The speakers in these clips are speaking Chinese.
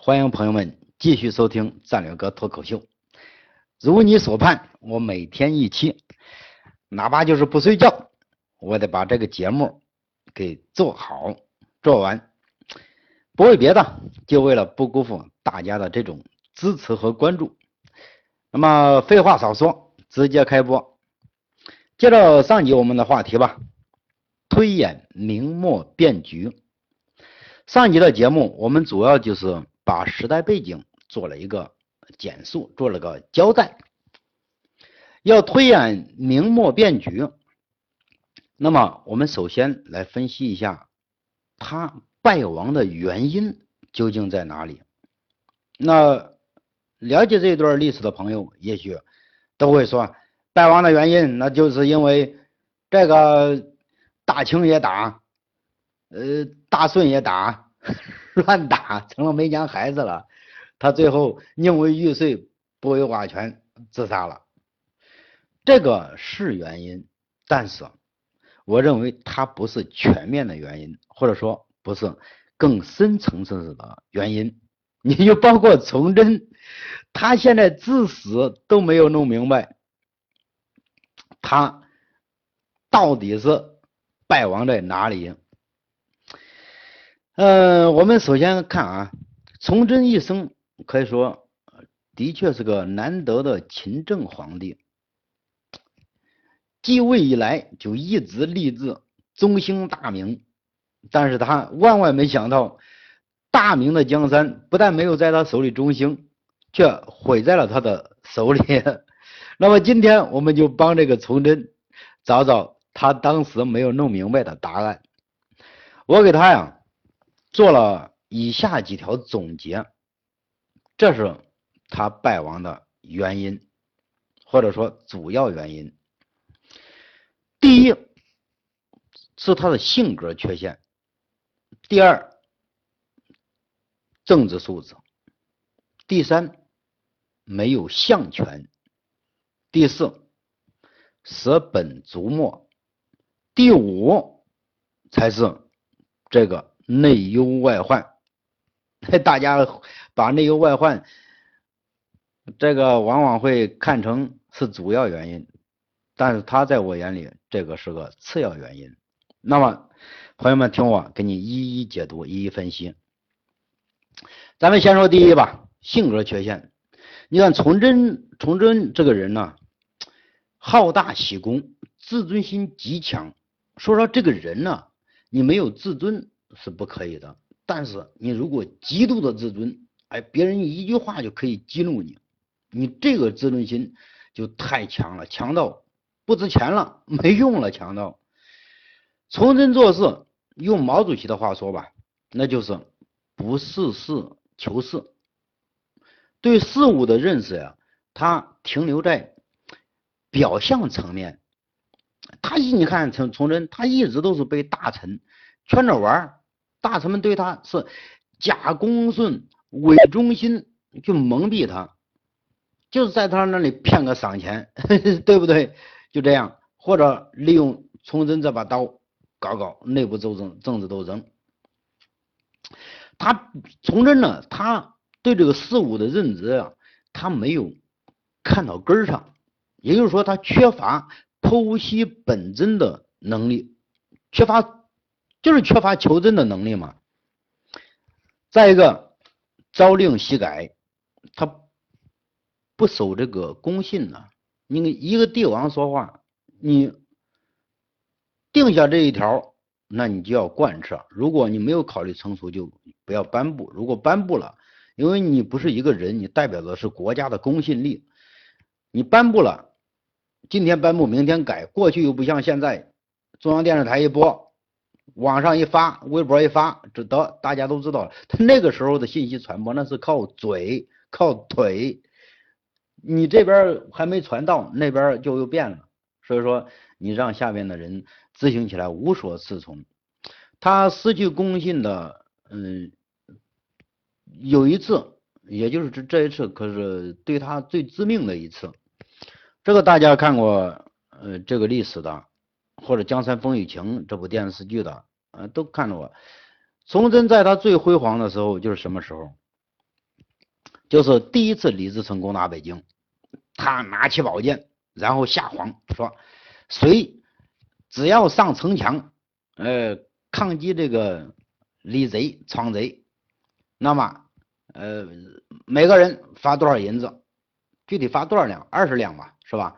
欢迎朋友们继续收听战略哥脱口秀。如你所盼，我每天一期，哪怕就是不睡觉，我得把这个节目给做好做完，不为别的，就为了不辜负大家的这种支持和关注。那么废话少说，直接开播。接着上集我们的话题吧，推演明末变局。上集的节目我们主要就是把时代背景做了一个简述，做了个交代。要推演明末变局，那么我们首先来分析一下他败亡的原因究竟在哪里。那了解这段历史的朋友也许都会说，败亡的原因那就是因为这个大清也打，大顺也打，乱打成了没娘孩子了，他最后宁为玉碎不为瓦全，自杀了。这个是原因，但是我认为它不是全面的原因，或者说不是更深层次的原因。你就包括崇祯，他现在至死都没有弄明白他到底是败亡在哪里。我们首先看啊，崇祯一生可以说的确是个难得的勤政皇帝，继位以来就一直立志中兴大明，但是他万万没想到，大明的江山不但没有在他手里中兴，却毁在了他的手里。那么今天我们就帮这个崇祯找找他当时没有弄明白的答案。我给他呀做了以下几条总结，这是他败亡的原因，或者说主要原因。第一是他的性格缺陷，第二政治素质，第三没有相权，第四舍本逐末，第五才是这个内忧外患。大家把内忧外患这个往往会看成是主要原因，但是他在我眼里这个是个次要原因。那么朋友们听我给你一一解读，一一分析。咱们先说第一吧，性格缺陷。你看崇祯这个人呢，好大喜功，自尊心极强。说这个人呢，你没有自尊是不可以的，但是你如果极度的自尊，别人一句话就可以激怒你，你这个自尊心就太强了，强到不值钱了，没用了，强到。崇祯做事用毛主席的话说吧，那就是不事事求是，对事物的认识呀，他停留在表象层面。你看崇祯，他一直都是被大臣圈着玩，大臣们对他是假恭顺、伪忠心，去蒙蔽他，就是在他那里骗个赏钱，对不对？就这样，或者利用崇祯这把刀搞内部政治斗争。崇祯呢，他对这个事物的认知啊，他没有看到根上，也就是说他缺乏剖析本真的能力，缺乏求真的能力嘛。再一个，朝令夕改，他不守这个公信呢。你一个帝王说话，你定下这一条，那你就要贯彻。如果你没有考虑成熟，就不要颁布。如果颁布了，因为你不是一个人，你代表的是国家的公信力。你颁布了，今天颁布，明天改。过去又不像现在，中央电视台一播，网上一发，微博一发，大家都知道了。他那个时候的信息传播，那是靠嘴、靠腿，你这边还没传到，那边就又变了。所以说，你让下面的人执行起来无所适从。他失去公信的，有一次，也就是这一次，可是对他最致命的一次。这个大家看过这个历史的，或者《江山风雨情》这部电视剧的，都看过。崇祯在他最辉煌的时候就是什么时候？ 就是第一次李自成攻打北京，他拿起宝剑，然后下皇说，谁只要上城墙，抗击这个李贼闯贼，那么每个人发多少银子，具体发多少两，20两吧，是吧？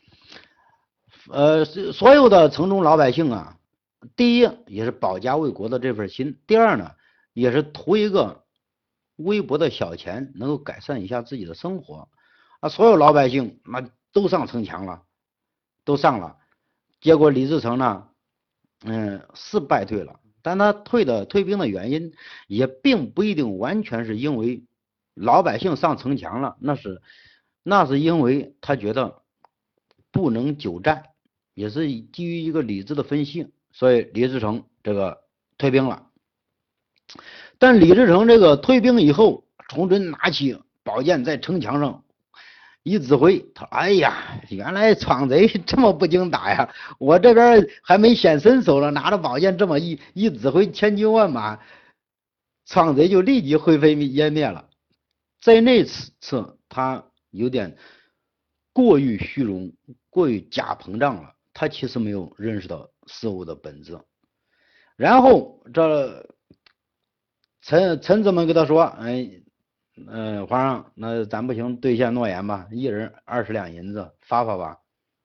所有的城中老百姓啊，第一也是保家卫国的这份心，第二呢，也是图一个微薄的小钱，能够改善一下自己的生活啊。所有老百姓那都上城墙了，都上了，结果李自成呢，是败退了，但他退兵的原因也并不一定完全是因为老百姓上城墙了，那是因为他觉得不能久战，也是基于一个理智的分析，所以李自成这个退兵了。但李自成这个退兵以后，崇祯拿起宝剑在城墙上一指挥，他哎呀，原来闯贼这么不经打呀，我这边还没显身手了，拿着宝剑这么一指挥，千军万马，闯贼就立即灰飞烟灭了。在那次他有点过于虚荣，过于假膨胀了，他其实没有认识到事物的本质。然后这臣子们跟他说，皇上，那咱不行，兑现诺言吧，一人20两银子，发吧。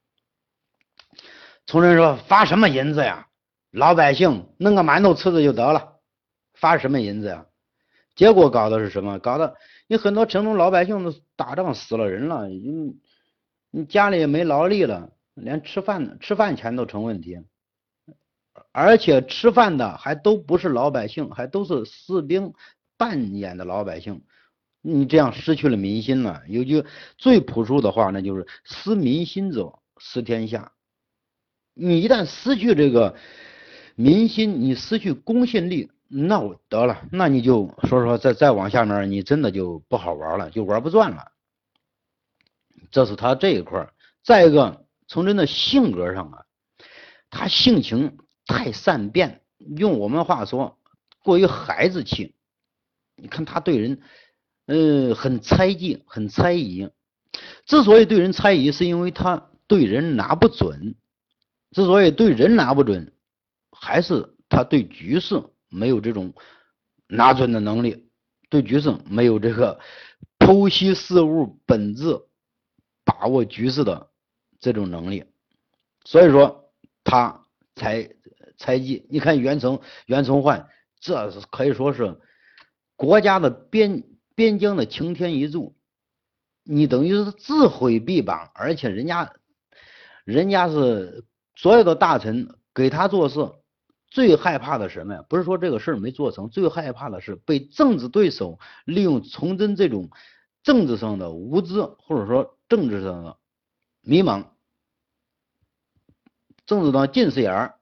崇祯说，发什么银子呀？老百姓弄个馒头吃着就得了，发什么银子呀？结果搞的是什么？搞的有很多城中老百姓都打仗死了人了，你家里也没劳力了，连吃饭钱都成问题，而且吃饭的还都不是老百姓，还都是士兵扮演的老百姓。你这样失去了民心了。有句最朴素的话，那就是失民心者失天下。你一旦失去这个民心，你失去公信力，那我得了，那你就说再往下面，你真的就不好玩了，就玩不转了。这是他这一块。再一个，从人的性格上啊，他性情太善变，用我们话说，过于孩子气。你看他对人，很猜忌，很猜疑。之所以对人猜疑，是因为他对人拿不准。之所以对人拿不准，还是他对局势没有这种拿准的能力，对局势没有这个剖析事物本质、把握局势的这种能力。所以说他才猜忌。你看袁崇焕，这是可以说是国家的边疆的擎天一柱，你等于是自毁臂膀，而且人家是所有的大臣给他做事，最害怕的是什么呀？不是说这个事没做成，最害怕的是被政治对手利用崇祯这种政治上的无知，或者说政治上的迷茫，政治的近视眼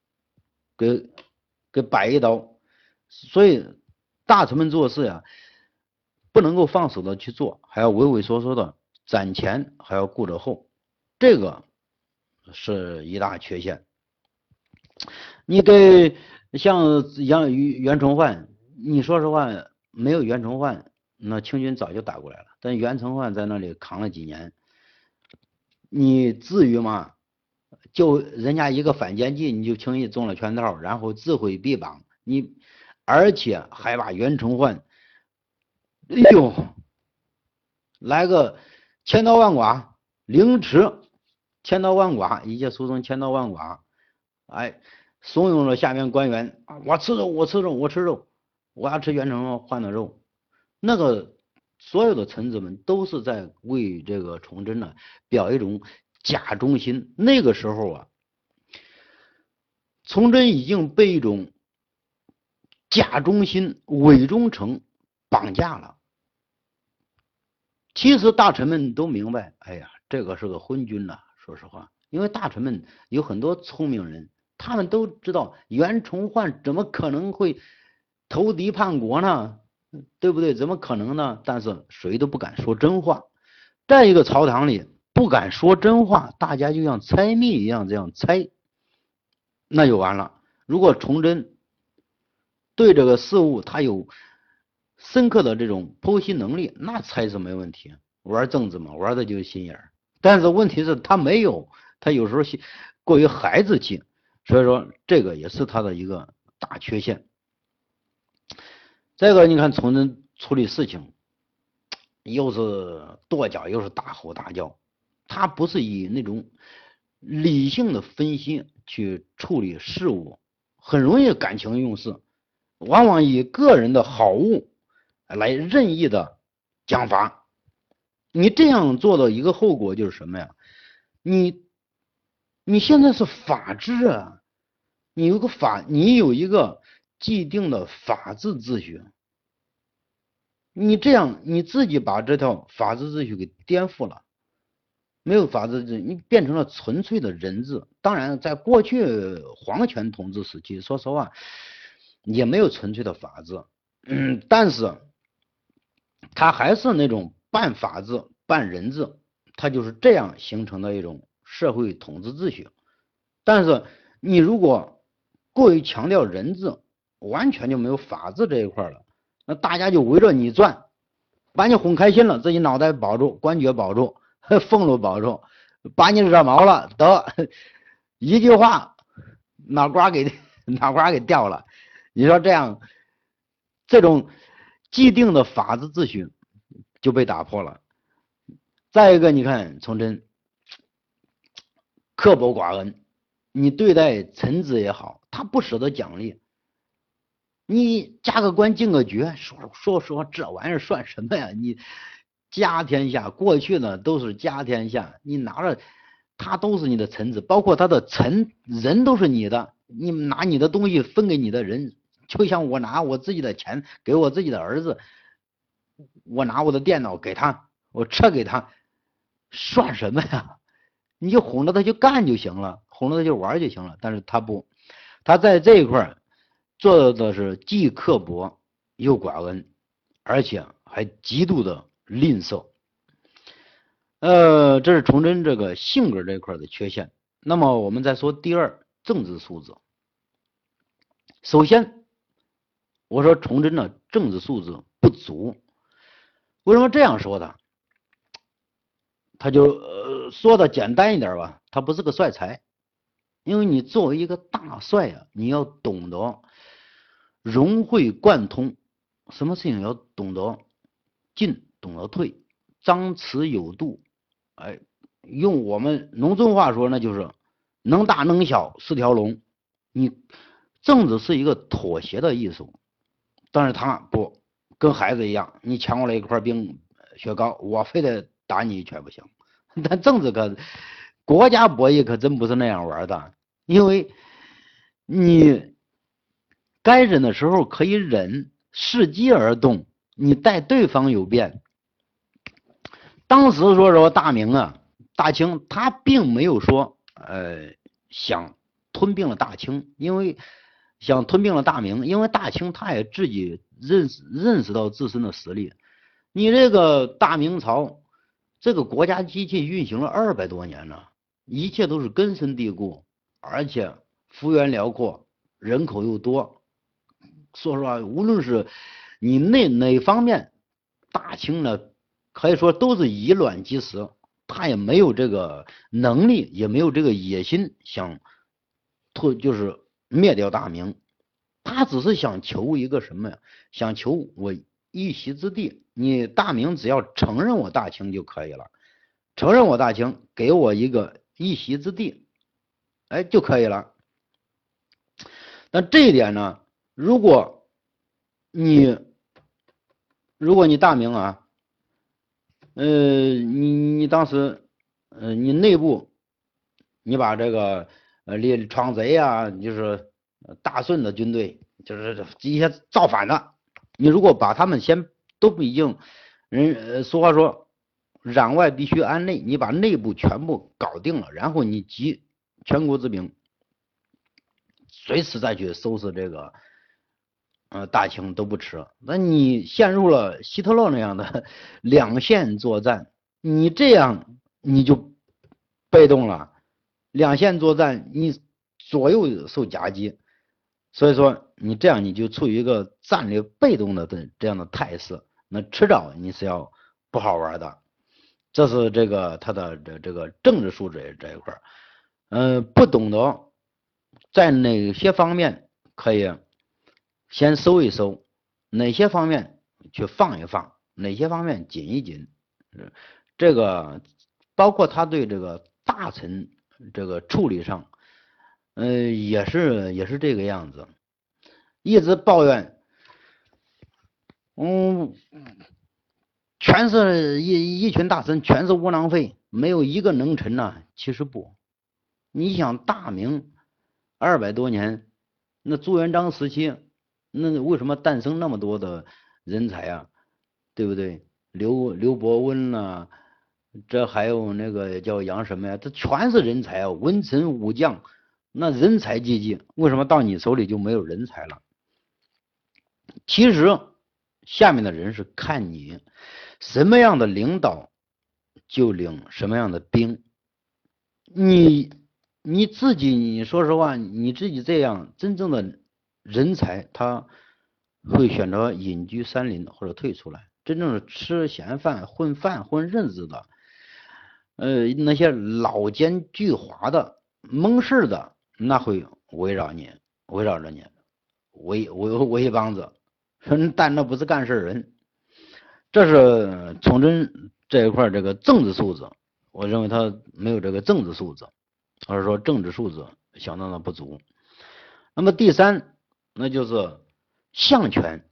给摆一刀。所以大臣们做事呀，不能够放手的去做，还要畏畏缩缩的攒钱，还要顾着后，这个是一大缺陷。你给像袁崇焕，你说实话，没有袁崇焕，那清军早就打过来了。但袁崇焕在那里扛了几年，你至于吗？就人家一个反间计，你就轻易中了圈套，然后自毁臂膀，你而且还把袁崇焕，哎呦，来个千刀万剐，凌迟，千刀万剐，一介书生千刀万剐，哎，怂恿了下面官员啊，我吃肉，我吃肉，我要吃袁崇焕的肉。那个所有的臣子们都是在为这个崇祯呢表一种假忠心。那个时候啊，崇祯已经被一种假忠心、伪忠诚绑架了。其实大臣们都明白，哎呀，这个是个昏君呐，说实话，因为大臣们有很多聪明人，他们都知道袁崇焕怎么可能会投敌叛国呢？对不对？怎么可能呢？但是谁都不敢说真话。在一个朝堂里不敢说真话，大家就像猜谜一样这样猜，那就完了。如果崇祯对这个事物他有深刻的这种剖析能力，那才是没问题。玩政治嘛，玩的就是心眼儿。但是问题是他没有，他有时候过于孩子气，所以说这个也是他的一个大缺陷。这个你看从人处理事情，又是跺脚又是大吼大叫，他不是以那种理性的分析去处理事物，很容易感情用事，往往以个人的好恶来任意的讲法。你这样做的一个后果就是什么呀？你现在是法治啊，你有一个既定的法治秩序，你这样你自己把这套法治秩序给颠覆了，没有法治秩序，你变成了纯粹的人治。当然，在过去皇权统治时期，说实话也没有纯粹的法治，但是它还是那种半法治半人治，它就是这样形成的一种社会统治秩序。但是你如果过于强调人治，完全就没有法治这一块了，那大家就围着你转，把你哄开心了，自己脑袋保住，关节保住，俸禄保住，把你惹毛了，得一句话脑瓜给掉了。你说这种既定的法治秩序就被打破了。再一个，你看崇祯刻薄寡恩，你对待臣子也好，他不舍得奖励，你加个官进个爵，说这玩意儿算什么呀？你家天下，过去呢都是家天下，你拿着他都是你的臣子，包括他的人都是你的，你拿你的东西分给你的人，就像我拿我自己的钱给我自己的儿子，我拿我的电脑给他，我车给他，算什么呀？你就哄着他去干就行了，哄着他去玩就行了。但是他不，他在这一块做的是既刻薄又寡恩，而且还极度的吝啬。这是崇祯这个性格这一块的缺陷。那么我们再说第二，政治素质。首先，我说崇祯的政治素质不足。为什么这样说的？他就说的简单一点吧，他不是个帅才。因为你作为一个大帅啊，你要懂得融会贯通，什么事情要懂得进，懂得退，张弛有度。哎，用我们农村话说，那就是能大能小是条龙。你政治是一个妥协的艺术，但是他不跟孩子一样，你抢过来一块雪糕，我非得打你一拳不行。但政治国家博弈可真不是那样玩的，因为你该忍的时候可以忍，伺机而动，你待对方有变。当时说大明啊，大清他并没有说想吞并了大清，因为想吞并了大明，因为大清他也自己认识到自身的实力。你这个大明朝这个国家机器运行了200多年了，一切都是根深蒂固，而且幅员辽阔，人口又多。说实话，无论是你哪方面，大清呢可以说都是以卵击石，他也没有这个能力，也没有这个野心想就是灭掉大明。他只是想求一个什么呀？想求我一席之地，你大明只要承认我大清就可以了，承认我大清，给我一个一席之地，哎就可以了。那这一点呢，如果你大明啊，你当时你内部你把这个闯贼啊，就是大顺的军队，就是一些造反的，你如果把他们先都已经俗话说攘外必须安内，你把内部全部搞定了，然后你集全国之兵，随时再去收拾这个大清都不迟。那你陷入了希特勒那样的两线作战，你这样你就被动了。两线作战，你左右受夹击， 所以说你这样你就处于一个战略被动的这样的态势，那迟早你是要不好玩的。这是这个他的这个政治素质这一块不懂得在哪些方面可以先收一收，哪些方面去放一放，哪些方面紧一紧，这个包括他对这个大臣这个处理上，也是这个样子，一直抱怨，全是一群大臣，全是窝囊废，没有一个能臣呐。其实不，你想大明200多年，那朱元璋时期，那为什么诞生那么多的人才啊？对不对？刘伯温呐，这还有那个叫杨什么呀？这全是人才啊，文臣武将，那人才济济。为什么到你手里就没有人才了？其实下面的人是看你什么样的领导就领什么样的兵。你自己，你说实话，你自己这样真正的人才，他会选择隐居山林或者退出来。真正是吃闲饭、混日子的，那些老奸巨猾的、蒙事的，那会围绕着你，围一帮子，但那不是干事人。这是崇祯这一块这个政治素质，我认为他没有这个政治素质，或者说政治素质相当的不足。那么第三，那就是相权，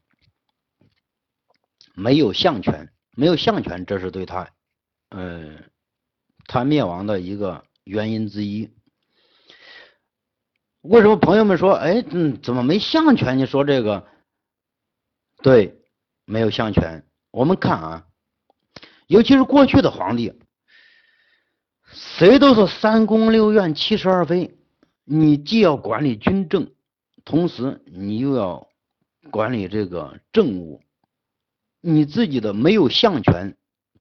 没有相权，这是对他，他灭亡的一个原因之一。为什么朋友们说，哎，怎么没相权？你说这个，对，没有相权。我们看啊，尤其是过去的皇帝，谁都是3宫6院72妃，你既要管理军政，同时你又要管理这个政务，你自己的没有相权。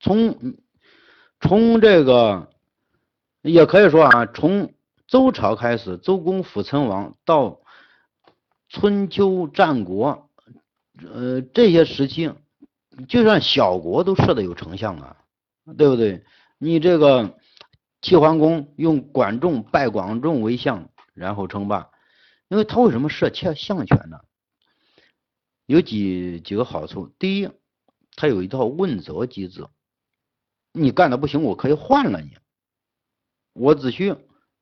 从这个也可以说啊，从周朝开始，周公辅成王到春秋战国，这些时期，就算小国都设的有丞相啊，对不对？你这个齐桓公用管仲拜管仲为相，然后称霸，因为他为什么设相权呢？有几个好处。第一，他有一套问责机制，你干的不行，我可以换了你，我只需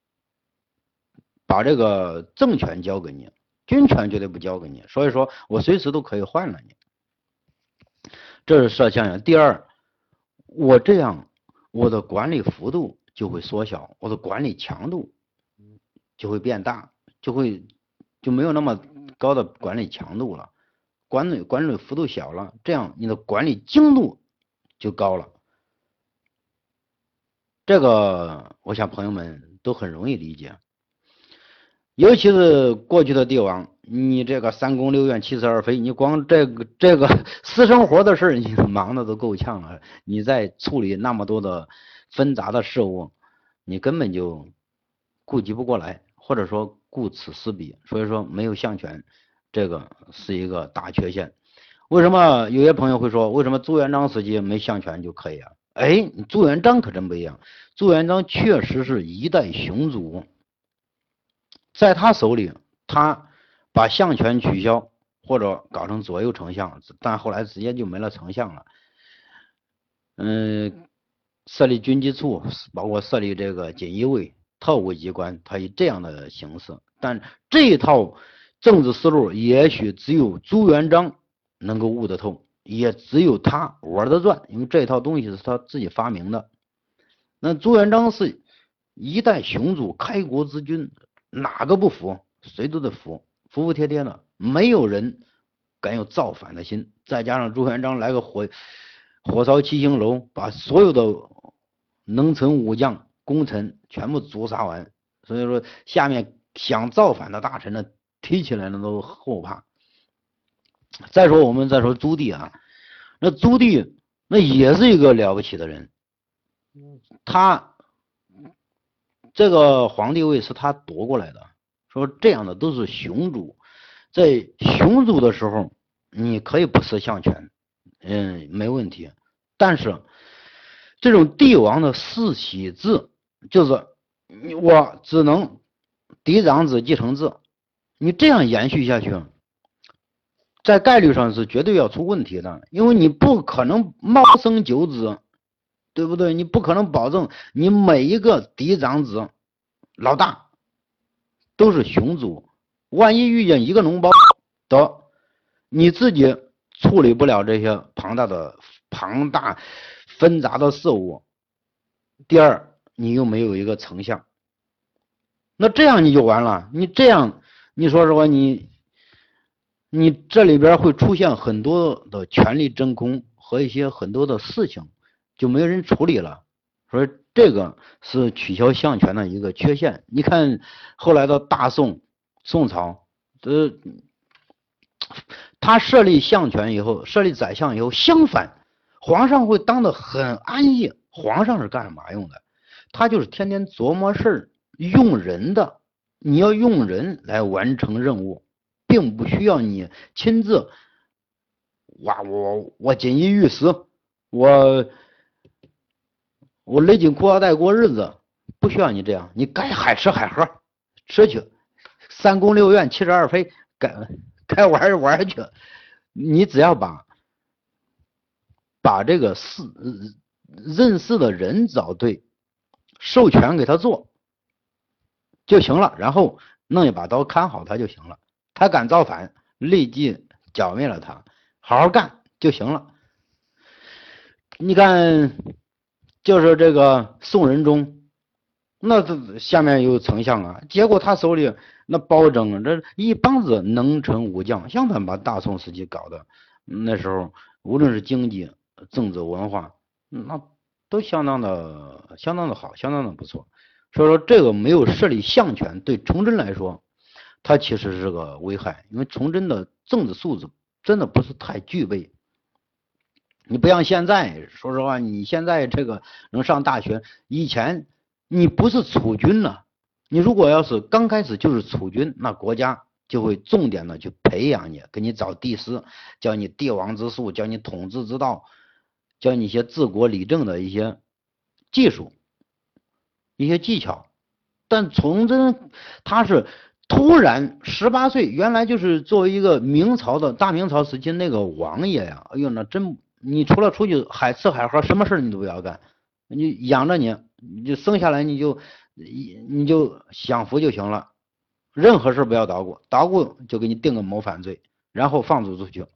把这个政权交给你，军权绝对不交给你，所以说我随时都可以换了你。这是设相权。第二，我这样我的管理幅度就会缩小，我的管理强度就会变大，就没有那么高的管理强度了，管理幅度小了，这样你的管理精度就高了。这个我想朋友们都很容易理解，尤其是过去的帝王，你这个3宫6院72妃，你光这个私生活的事你忙的都够呛了，你在处理那么多的纷杂的事物，你根本就顾及不过来，或者说顾此失彼，所以说没有相权，这个是一个大缺陷。为什么有些朋友会说，为什么朱元璋时期没相权就可以啊？哎，朱元璋可真不一样，朱元璋确实是一代雄主，在他手里，他把相权取消或者搞成左右丞相，但后来直接就没了丞相了。设立军机处，包括设立这个锦衣卫、特务机关，他以这样的形式。但这一套政治思路，也许只有朱元璋能够悟得透，也只有他玩得转，因为这套东西是他自己发明的。那朱元璋是一代雄主，开国之君，哪个不服？谁都得服，服服帖帖的，没有人敢有造反的心。再加上朱元璋来个火烧七星楼，把所有的能臣武将、功臣全部诛杀完，所以说下面想造反的大臣呢，提起来呢都后怕。再说朱棣啊，那朱棣那也是一个了不起的人，他这个皇帝位是他夺过来的，说这样的都是雄主， 在雄族的时候，你可以不思相权，没问题。但是这种帝王的世袭制，就是我只能嫡长子继承制，你这样延续下去，在概率上是绝对要出问题的，因为你不可能猫生九子，对不对？你不可能保证你每一个嫡长子老大都是雄族，万一遇见一个脓包得你自己处理不了这些庞大纷杂的事物，第二你又没有一个丞相，那这样你就完了。你这样你说实话，你这里边会出现很多的权力真空和一些很多的事情就没有人处理了，所以这个是取消相权的一个缺陷。你看后来的大宋朝，他设立相权以后，设立宰相以后，相反皇上会当得很安逸。皇上是干嘛用的？他就是天天琢磨事儿，用人的，你要用人来完成任务，并不需要你亲自哇我锦衣玉食，我勒紧裤腰带过日子，不需要你这样，你该海吃海喝，吃去三宫六院72妃，该玩玩去，你只要把这个认识的人找对，授权给他做就行了，然后弄一把刀看好他就行了，他敢造反立即剿灭了他，好好干就行了。你看就是这个宋仁宗，那这下面有丞相啊，结果他手里那包拯这一帮子能臣武将，相反把大宋时期搞的那时候无论是经济政治文化那都相当的好，相当的不错。所以说这个没有设立相权对崇祯来说他其实是个危害，因为崇祯的政治素质真的不是太具备。你不像现在，说实话，你现在这个能上大学，以前你不是储君了，你如果要是刚开始就是储君，那国家就会重点的去培养你，给你找帝师，教你帝王之术，教你统治之道，教你一些治国理政的一些技术、一些技巧。但崇祯他是突然18岁，原来就是作为一个明朝的大明朝时期那个王爷呀，哎呦，那真你除了出去海吃海喝，什么事你都不要干，你养着你就生下来你就享福就行了，任何事不要捣鼓，捣鼓就给你定个谋反罪，然后放逐出去，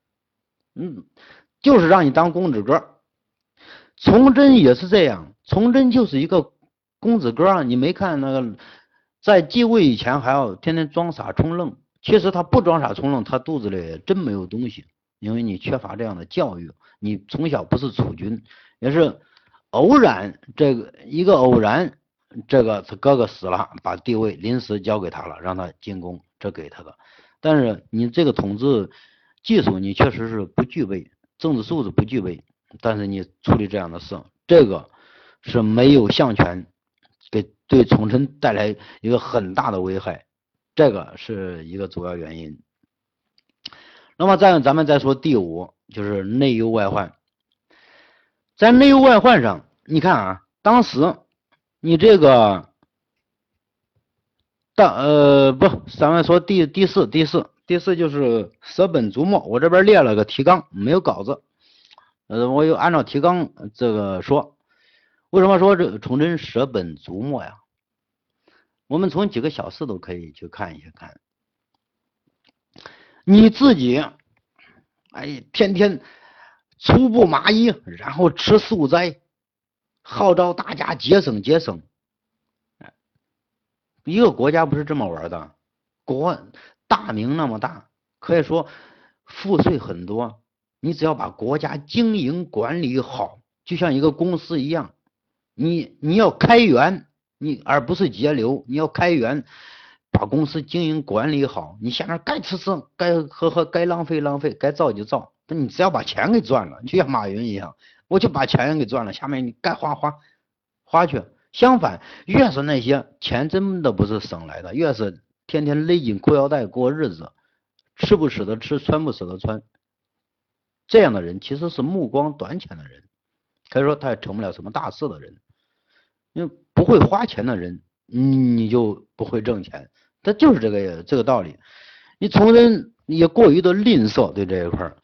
就是让你当公子哥。崇祯也是这样，崇祯就是一个公子哥啊，你没看那个在继位以前还要天天装傻充愣，其实他不装傻充愣，他肚子里真没有东西，因为你缺乏这样的教育，你从小不是储君，也是偶然这个他哥哥死了，把地位临时交给他了，让他进宫，这给他的。但是你这个统治技术你确实是不具备，政治素质不具备，但是你处理这样的事，这个是没有相权，对崇祯带来一个很大的危害，这个是一个主要原因。那么咱们再说第五，就是内忧外患。在内忧外患上，你看啊，当时你这个咱们说第四就是舍本逐末，我这边列了个提纲，没有稿子，我又按照提纲这个说。为什么说这崇祯舍本逐末呀？我们从几个小事都可以去看一看。你自己，天天粗布麻衣，然后吃素斋，号召大家节省。一个国家不是这么玩的，大明那么大，可以说赋税很多，你只要把国家经营管理好，就像一个公司一样，你要开源，而不是节流，你要开源，把公司经营管理好，你下面该吃吃，该喝，该浪费，该造就造，但你只要把钱给赚了，就像马云一样，我就把钱给赚了，下面你该花去。相反，越是那些钱真的不是省来的，越是天天勒紧裤腰带过日子， 吃不舍得吃，穿不舍得穿，这样的人其实是目光短浅的人，可以说他也成不了什么大事的人。因为不会花钱的人，你就不会挣钱，他就是这个道理。你从人也过于的吝啬对这一块儿，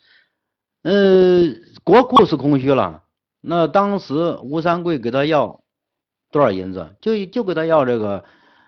国库是空虚了。那当时吴三桂给他要多少银子？就给他要这个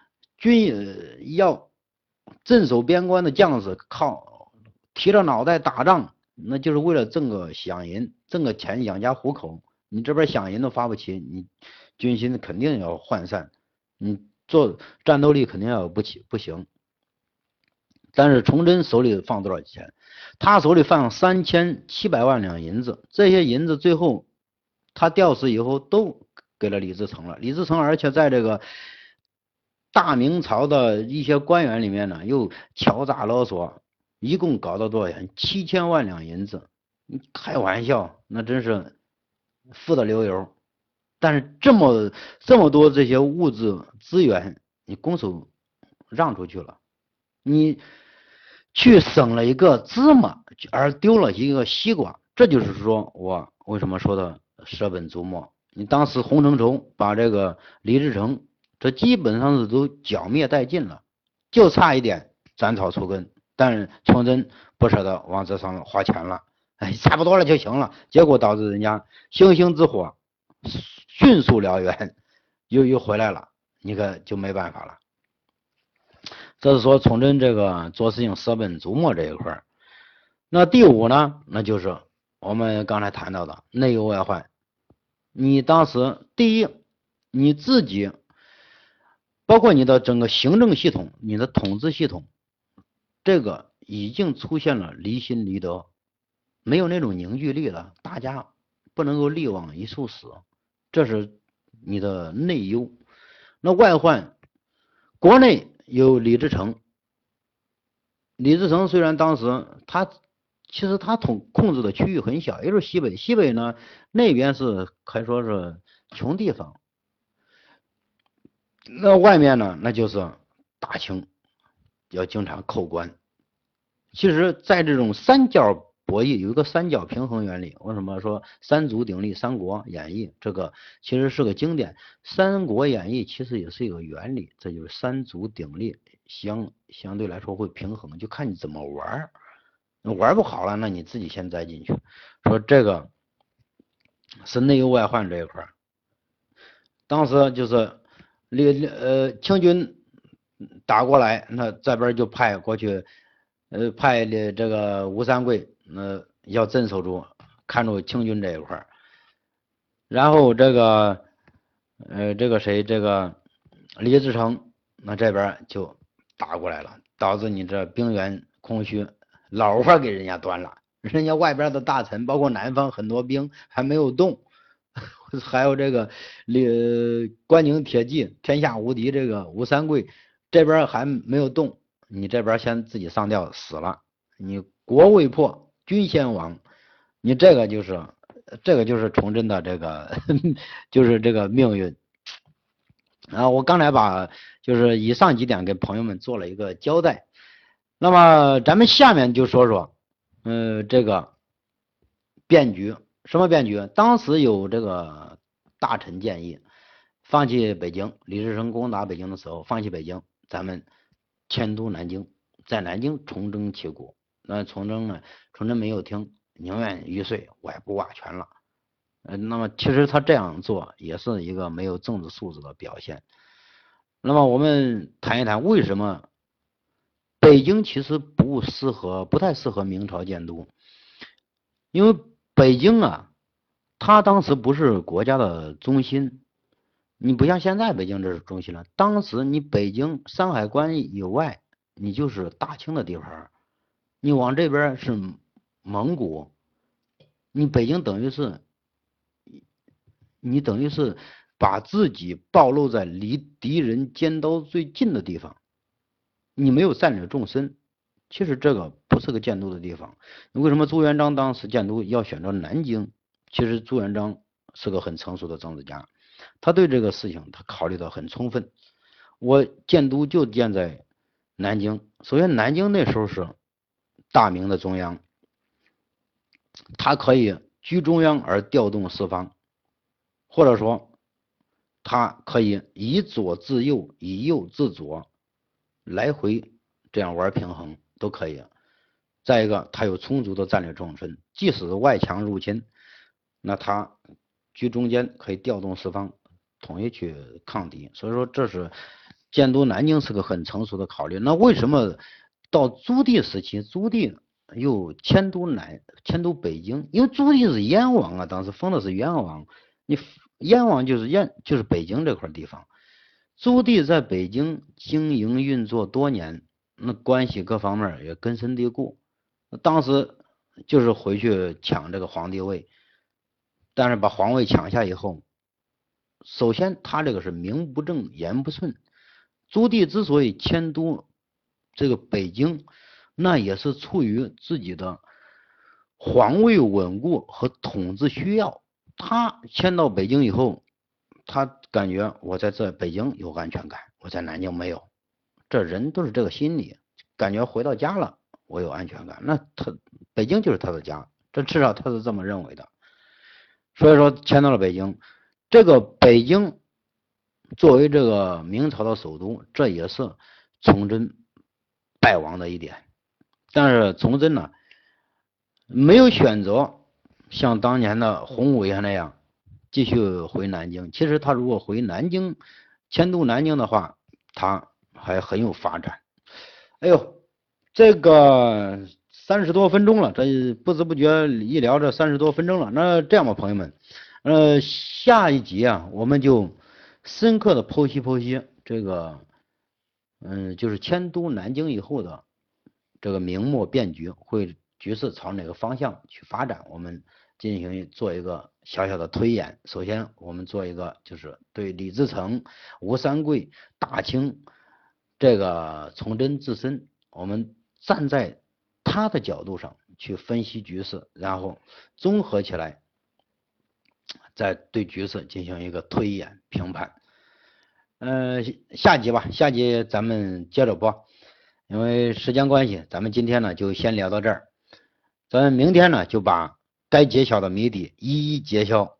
要镇守边关的将士靠提着脑袋打仗，那就是为了挣个饷银，挣个钱养家糊口。你这边饷银都发不起，你军心肯定要涣散，你做战斗力肯定要不行。但是崇祯手里放多少钱？他手里放3700万两银子，这些银子最后他吊死以后都给了李自成了。李自成而且在这个大明朝的一些官员里面呢，又敲诈勒索，一共搞到多少钱？7000万两银子。你开玩笑，那真是富得流油。但是这么多这些物质资源，你拱手让出去了，你去省了一个芝麻，而丢了一个西瓜。这就是说我为什么说的舍本逐末。你当时洪承畴把这个李自成，这基本上是都剿灭殆尽了，就差一点斩草除根。但是崇祯不舍得往这上花钱了，哎，差不多了就行了。结果导致人家星星之火迅速燎原，又回来了，你可就没办法了。这是说崇祯这个做事情舍本逐末这一块。那第五呢，那就是我们刚才谈到的内忧外患。你当时第一，你自己包括你的整个行政系统，你的统治系统，这个已经出现了离心离德，没有那种凝聚力了，大家不能够力往一处使，这是你的内忧。那外患，国内有李自成。李自成虽然当时其实他控制的区域很小，也就是西北。西北呢，那边是可以说是穷地方。那外面呢，那就是大清，要经常扣关。其实，在这种三角博弈，有一个三角平衡原理。为什么说三足鼎立？《三国演义》这个其实是个经典，《三国演义》其实也是一个原理，这就是三足鼎立，相对来说会平衡，就看你怎么玩。玩不好了，那你自己先栽进去。说这个是内忧外患这一块。当时就是清军打过来，那这边就派过去，派这个吴三桂，要镇守住，看住清军这一块。然后这个李自成，那这边就打过来了，导致你这兵源空虚，老活给人家端了，人家外边的大臣，包括南方很多兵还没有动。还有这个关宁铁骑天下无敌，这个吴三桂这边还没有动，你这边先自己上吊死了，你国未破军先亡，你这个就是崇祯的这个就是这个命运。我刚才就是以上几点给朋友们做了一个交代。那么咱们下面就说说这个变局。什么变局？当时有这个大臣建议放弃北京，李自成攻打北京的时候放弃北京，咱们迁都南京，在南京重征旗鼓。那崇祯没有听，宁愿玉碎，我也不瓦全了。那么其实他这样做也是一个没有政治素质的表现。那么我们谈一谈为什么北京其实不太适合明朝建都。因为北京啊，它当时不是国家的中心，你不像现在北京这是中心了。当时你北京山海关以外，你就是大清的地盘，你往这边是蒙古，你北京你等于是把自己暴露在离敌人尖刀最近的地方，你没有占领纵深。其实这个不是个建都的地方。为什么朱元璋当时建都要选择南京？其实朱元璋是个很成熟的政治家，他对这个事情他考虑的很充分。我建都就建在南京。首先南京那时候是大明的中央，它可以居中央而调动四方，或者说它可以以左制右，以右制左，来回这样玩平衡都可以。再一个，它有充足的战略纵深，即使外强入侵，那它居中间可以调动四方，统一去抗敌。所以说，这是建都南京是个很成熟的考虑。那为什么到朱棣时期，朱棣又迁都北京？因为朱棣是燕王啊，当时封的是燕王，你燕王就是北京这块地方。朱棣在北京经营运作多年，那关系各方面也根深蒂固。当时就是回去抢这个皇帝位，但是把皇位抢下以后，首先他这个是名不正言不顺。朱棣之所以迁都这个北京，那也是出于自己的皇位稳固和统治需要。他迁到北京以后，他感觉我在这北京有安全感，我在南京没有。这人都是这个心理，感觉回到家了我有安全感，那他北京就是他的家，这至少他是这么认为的。所以说迁到了北京，这个北京作为这个明朝的首都，这也是崇祯败亡的一点。但是崇祯呢，没有选择像当年的洪武爷那样继续回南京。其实他如果回南京，迁都南京的话，他还很有发展。哎呦，这个30多分钟了，这不知不觉一聊这30多分钟了。那这样吧，朋友们，下一集啊，我们就深刻的剖析这个，就是迁都南京以后的这个明末变局局势朝哪个方向去发展，我们做一个小小的推演。首先，我们做一个就是对李自成、吴三桂、大清这个崇祯自身，我们站在他的角度上去分析局势，然后综合起来，再对局势进行一个推演评判。下集吧，下集咱们接着播，因为时间关系，咱们今天呢就先聊到这儿。咱们明天呢就把该揭晓的谜底一一揭晓，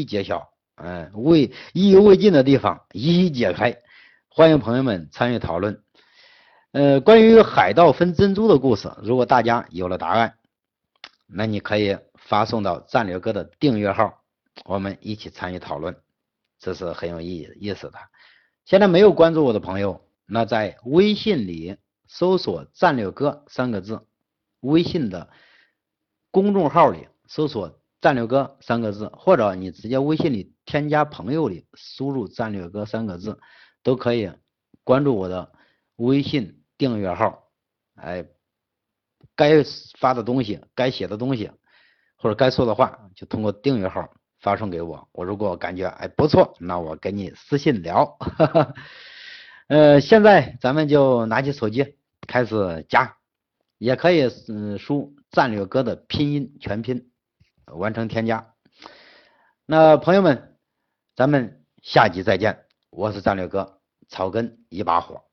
意犹未尽的地方一一解开。欢迎朋友们参与讨论。关于海盗分珍珠的故事，如果大家有了答案，那你可以发送到战略哥的订阅号，我们一起参与讨论，这是很有意思的。现在没有关注我的朋友，那在微信里搜索战略哥3个字，微信的公众号里搜索战略哥3个字，或者你直接微信里添加朋友里输入战略哥3个字，都可以关注我的微信订阅号。该发的东西，该写的东西，或者该说的话，就通过订阅号发送给我。我如果感觉不错，那我跟你私信聊。现在咱们就拿起手机开始加，也可以输战略哥的拼音全拼完成添加。那朋友们，咱们下集再见，我是战略哥，草根一把火。